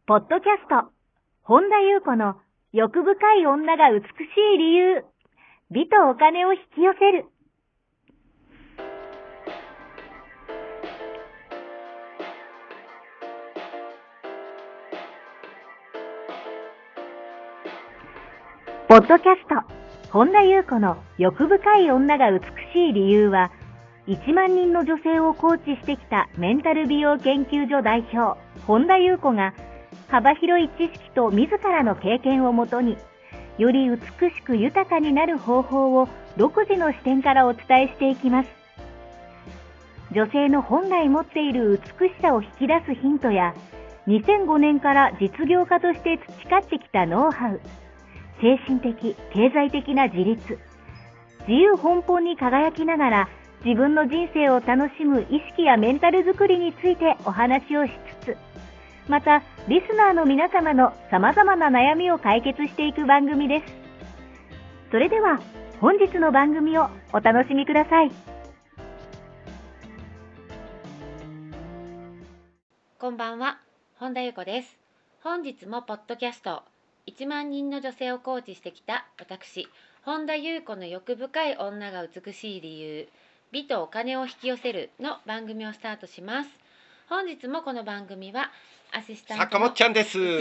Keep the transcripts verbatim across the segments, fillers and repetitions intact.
ポッドキャスト、本田裕子の欲深い女が美しい理由、美とお金を引き寄せる。ポッドキャスト、本田裕子の欲深い女が美しい理由は、いちまんにんの女性をコーチしてきたメンタル美容研究所代表、本田裕子が、幅広い知識と自らの経験をもとに、より美しく豊かになる方法を独自の視点からお伝えしていきます。女性の本来持っている美しさを引き出すヒントや、にせんごねんから実業家として培ってきたノウハウ、精神的、経済的な自立、自由奔放に輝きながら自分の人生を楽しむ意識やメンタルづくりについてお話をしつつ、またリスナーの皆様の様々な悩みを解決していく番組です。それでは本日の番組をお楽しみください。 こんばんは、本田裕子です。本日もポッドキャストいちまんにんの女性をコーチしてきた私、本田裕子の欲深い女が美しい理由、美とお金を引き寄せるの番組をスタートします。本日もこの番組はアシスタントの坂本ちゃんです。はい。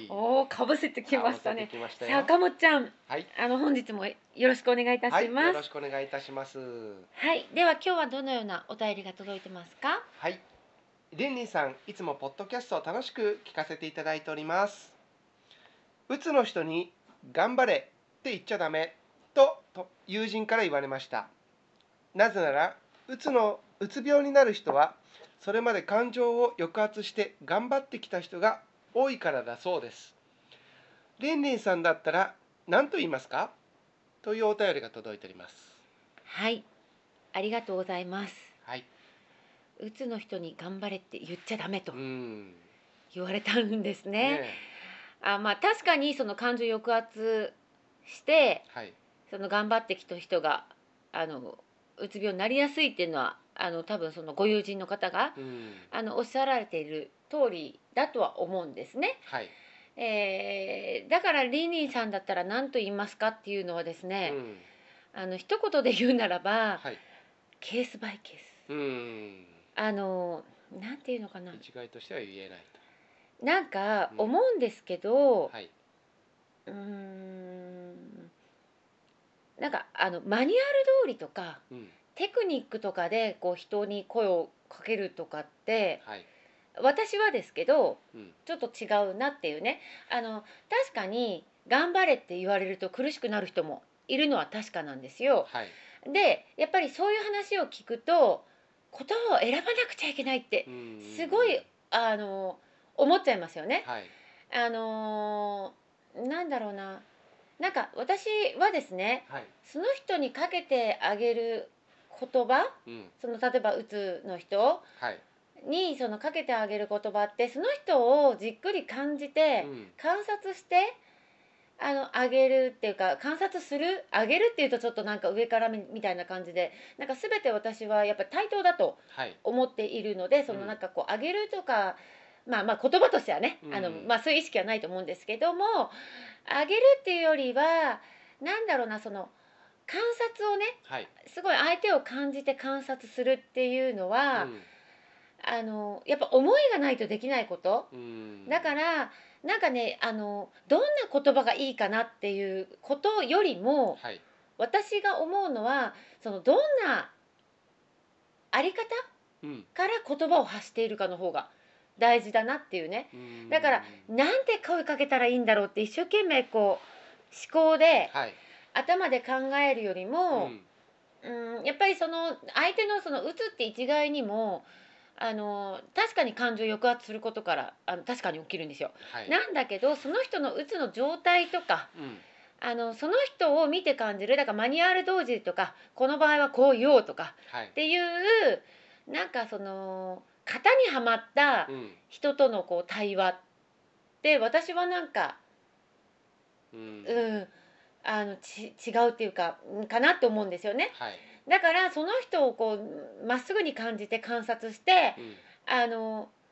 おお、かぶせてきましたね。 かぶせてきましたよ。 坂本ちゃん、 はい。 あの本日もよろしくお願いいたします。 はい、よろしくお願いいたします。 はい、では今日はどのようなお便りが届いてますか？ はい。リンリンさん、いつもポッドキャストを楽しく聞かせていただいております。うつの人に頑張れって言っちゃダメとと友人から言われました。なぜなら、うつのうつ病になる人はそれまで感情を抑圧して頑張ってきた人が多いからだそうです。リンリンさんだったら何と言いますか？というお便りが届いております。 はい、ありがとうございます。 はい。 うつの人に頑張れって言っちゃダメとうん言われたんですね。 ねあ、まあ確かにその感情抑圧してはい。 その頑張ってきた人があのうつ病になりやすいっていうのはあの多分そのご友人の方がうんあのおっしゃられている通りだとは思うんですね。 はい。 えーだからリンリンさんだったら何と言いますかっていうのはですね、 うんあの一言で言うならば、 はい。 ケースバイケース、 うんあのなんていうのかな、 一概としては言えないなんかうん思うんですけど、 と。はい。 うーんなんかあのマニュアル通りとかうんテクニックとかでこう人に声をかけるとかってはい。 私はですけどうんちょっと違うなっていうね。あの確かに頑張れって言われると苦しくなる人もいるのは確かなんですよ。 はい。 でやっぱりそういう話を聞くと言葉を選ばなくちゃいけないってうんすごいあの思っちゃいますよね。 はい。 あのなんだろうな、なんか私はですね、 はい。 その人にかけてあげる言葉、 うんその例えばうつの人はい。 にそのかけてあげる言葉ってその人をじっくり感じてうん観察してあのあげるっていうか、観察するあげるっていうとちょっとなんか上からみみたいな感じで、なんか全て私はやっぱり対等だとはい。 思っているので、そのうんなんかこうあげるとか、まあまあ言葉としてはね、あのうんまあそういう意識はないと思うんですけども、あげるっていうよりはなんだろうな、その観察をね、 はい。 すごい相手を感じて観察するっていうのは、 うんあのやっぱ思いがないとできないこと。 うんだからなんかね、あのどんな言葉がいいかなっていうことよりも、 はい。 私が思うのはそのどんなあり方うんから言葉を発しているかの方が大事だなっていうね。 うんだからなんて声かけたらいいんだろうって一生懸命こう思考ではい。 頭で考えるよりうも、 んうん、やっぱりその相手のそのうつって一概にもあの確かに感情を抑圧することからあの確かに起きるんですよ。 はい。 なんだけどその人のうつの状態とかうんあのその人を見て感じる、だからマニュアル通りとかこの場合はこう言おうとかはい。 っていうなんかその型にはまったうん人とのこう対話って私はなんかうんうんあのち違うっていうかんかなって思うんですよね。 はい。 だからその人をこうまっすぐに感じて観察してうんあの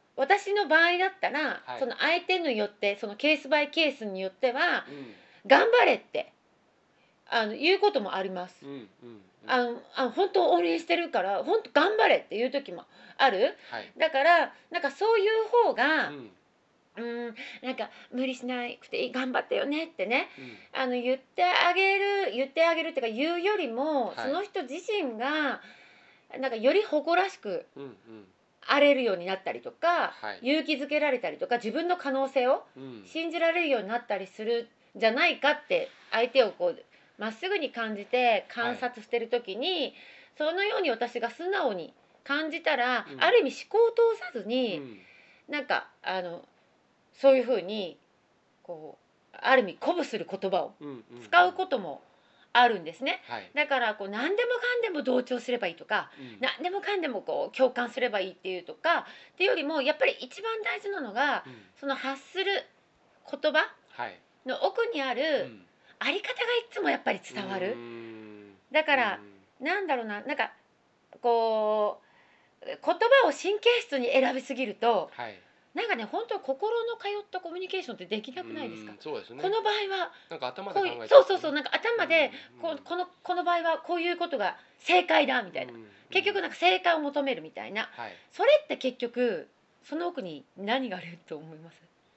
私の場合だったら、 はいその相手によってそのケースバイケースによってはうん頑張れってあの言うこともあります。 うんうんうんあのあの本当応援してるから本当頑張れっていう時もある。 はいだからなんかそういう方が、 うんうーん、なんか無理しなくていい頑張ってよねってね、 うんあの言ってあげる言ってあげるっていうか言うよりも、 はいその人自身がなんかより誇らしくうんうん荒れるようになったりとか、 はい勇気づけられたりとか、自分の可能性をうん信じられるようになったりするんじゃないかって、相手をこうまっすぐに感じて観察してる時に、そのように私が素直に感じたら、 うんある意味思考を通さずうに、 んなんかあのそういうふうにこうある意味鼓舞する言葉をうんうん使うこともあるんですね。 はいだからこう何でもかんでも同調すればいいとか、 うん何でもかんでもこう共感すればいいっていうとかっていうよりも、やっぱり一番大事なのが、 うんその発する言葉はいの奥にあうるんあり方がいつもやっぱり伝わうる。 んだからうんなんだろうな、なんかこう言葉を神経質に選びすぎると、 はいなんかね本当心の通ったコミュニケーションってできなくないですか。 うんそうですねこの場合はなんか頭でこういう考えちゃそうそうそう、なんか頭でうんここのこの場合はこういうことが正解だみたいな、 うん結局なんか正解を求めるみたいな、 はいそれって結局その奥に何があると思います。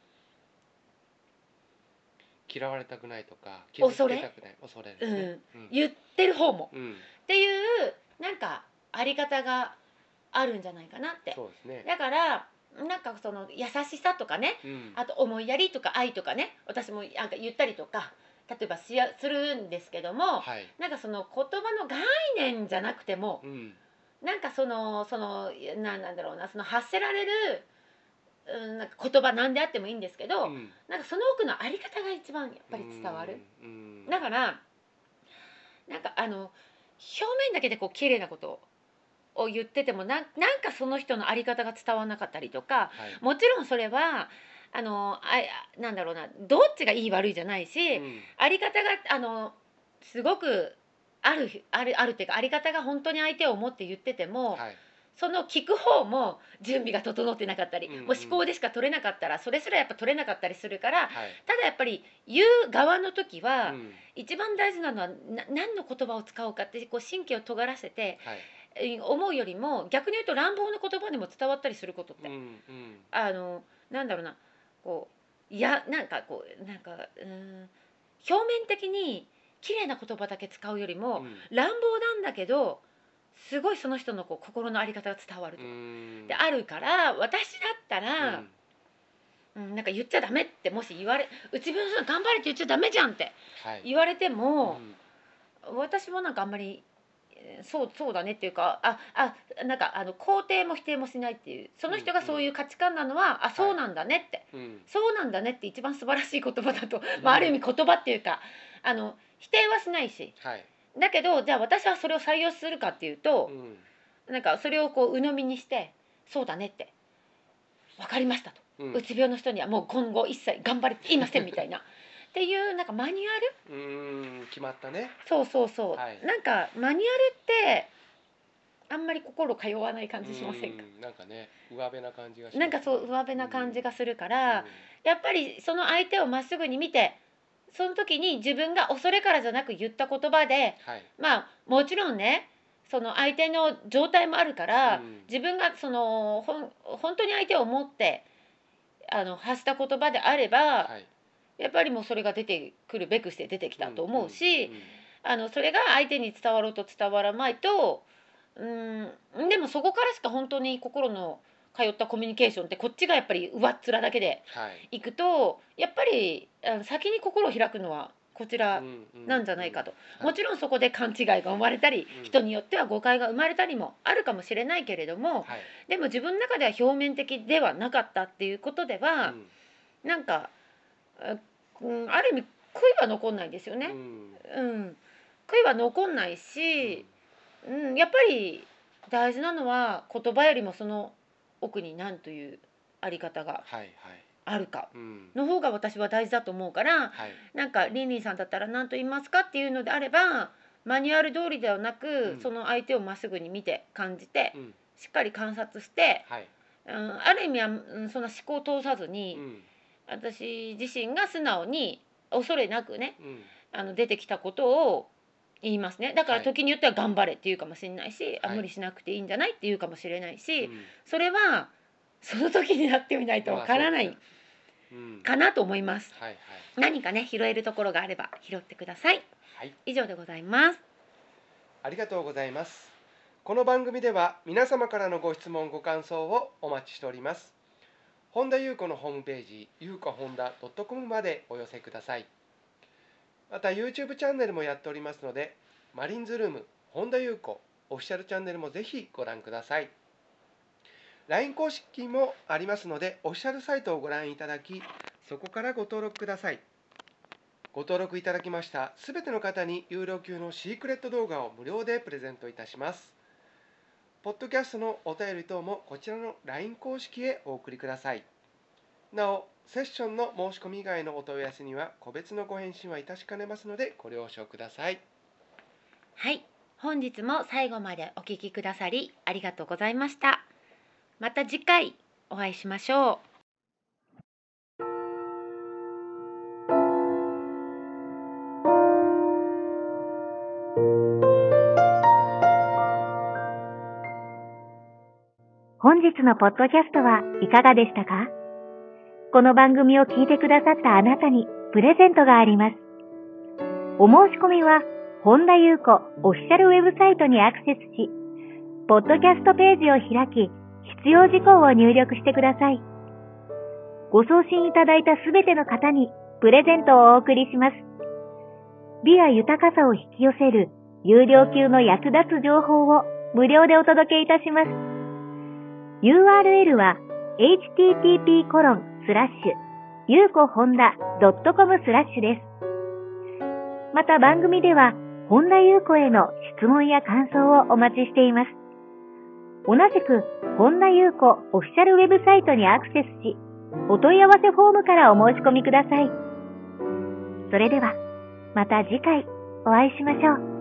嫌われたくないとか傷つけたくない恐れですねうん言ってる方もうんっていうなんかあり方があるんじゃないかなって。 そうですねだからなんかその優しさとかね、 うんあと思いやりとか愛とかね、私もなんか言ったりとか例えばしやするんですけども、 はいなんかその言葉の概念じゃなくても、 うんなんかそのそのななんだろうな、その発せられる、うん、なんか言葉なんであってもいいんですけど、 うんなんかその奥のあり方が一番やっぱり伝わる。 うんだからなんかあの表面だけでこう綺麗なことを言っててもな、なんかその人のあり方が伝わらなかったりとか、 はいもちろんそれはあのあなんだろうな、どっちがいい悪いじゃないし、 うんあり方があのすごくあるあるあるっていうか、あり方が本当に相手を思って言ってても、 はいその聞く方も準備が整ってなかったり、 うんうんもう思考でしか取れなかったらそれすらやっぱ取れなかったりするから、 はいただやっぱり言う側の時は、 うん一番大事なのはな何の言葉を使おうかってこう神経を尖らせてはいえー思うよりも、逆に言うと乱暴な言葉でも伝わったりすることって、 うんうんあのなんだろうな、こういやなんかこうなんかうーん表面的に綺麗な言葉だけ使うよりも、 うん乱暴なんだけどすごいその人のこう心の在り方が伝わるとうか、 んであるから、私だったら、 うんうんなんか言っちゃダメってもし言われ、うち分頑張れって言っちゃダメじゃんってはい言われても、 うん私もなんかあんまりえーそうそうだねっていうか、ああなんかあの肯定も否定もしないっていう、その人がそういう価値観なのは、あそうなんだねって、 うんそうなんだねって一番素晴らしい言葉だと、まあ、ある意味言葉っていうか、あの否定はしないし、 はいだけどじゃあ私はそれを採用するかっていうとう、んなんかそれをこう鵜呑みにしてそうだねって分かりましたと、 うんうつ病の人にはもう今後一切頑張れって言いませんみたいなっていうなんかマニュアル、 うん決まったねそうそうそう、 はいなんかマニュアルってあんまり心通わない感じしませんか。 うんなんかね上辺な感じがしますねなんかそう上辺な感じがするから、 うんやっぱりその相手をまっすぐに見て、その時に自分が恐れからじゃなく言った言葉で、 はいまあもちろんねその相手の状態もあるから、 うん自分がそのほん本当に相手を思ってあの発した言葉であれば、 はいやっぱりもうそれが出てくるべくして出てきたと思うし、 んんあのそれが相手に伝わろうと伝わらないと、うんでもそこからしか本当に心の通ったコミュニケーションってこっちがやっぱり上っ面だけではいいくと、やっぱりあの先に心を開くのはこちらなんじゃないかと、 うんもちろんそこで勘違いが生まれたり、 うん人によっては誤解が生まれたりもあるかもしれないけれども、 はいでも自分の中では表面的ではなかったっていうことでは、 うんなんか、あうん、ある意味悔いは残んないですよね。 うんうん、悔いは残んないし、うん、やっぱり大事なのは言葉よりもその奥に何というあり方がはいはいあるかうんの方が私は大事だと思うから、 はいなんかリンリンさんだったら何と言いますかっていうのであれば、マニュアル通りではなく、 うんその相手をまっすぐに見て感じて、 うんしっかり観察して、 はいうん、ある意味は、うん、そんな思考を通さずに、 うん、 私自身が素直に恐れなくね、 うん、 あの出てきたことを言いますね。だからはい時によっては頑張れって言うかもしれないし、あはい無理しなくていいんじゃないって言うかもしれないし、 うんそれはその時になってみないとわからないまあそうですねうんかなと思います。 はいはい何かね拾えるところがあれば拾ってください。 はい以上でございます。 ありがとうございます。この番組では皆様からのご質問ご感想をお待ちしております。本田裕子のホームページゆうこほんだ .com までお寄せください。また YouTube チャンネルもやっておりますので、マリンズルーム本田裕子オフィシャルチャンネルもぜひご覧ください。ライン 公式もありますので、オフィシャルサイトをご覧いただき、そこからご登録ください。ご登録いただきましたすべての方に有料級のシークレット動画を無料でプレゼントいたします。ポッドキャストのお便り等もこちらの ライン 公式へお送りください。なお、セッションの申し込み以外のお問い合わせには個別のご返信はいたしかねますのでご了承ください。 はい、本日も最後までお聞きくださりありがとうございました。また次回お会いしましょう。 本日のポッドキャストはいかがでしたか？この番組を聞いてくださったあなたにプレゼントがあります。お申し込みは本田裕子オフィシャルウェブサイトにアクセスし、ポッドキャストページを開き、必要事項を入力してください。ご送信いただいたすべての方にプレゼントをお送りします。美や豊かさを引き寄せる有料級の役立つ情報を無料でお届けいたします。ユーアールエル は エイチティーティーピーコロンスラッシュゆうこほんだドットコムスラッシュです。また番組では本田裕子への質問や感想をお待ちしています。同じく本田裕子オフィシャルウェブサイトにアクセスし、お問い合わせフォームからお申し込みください。それではまた次回お会いしましょう。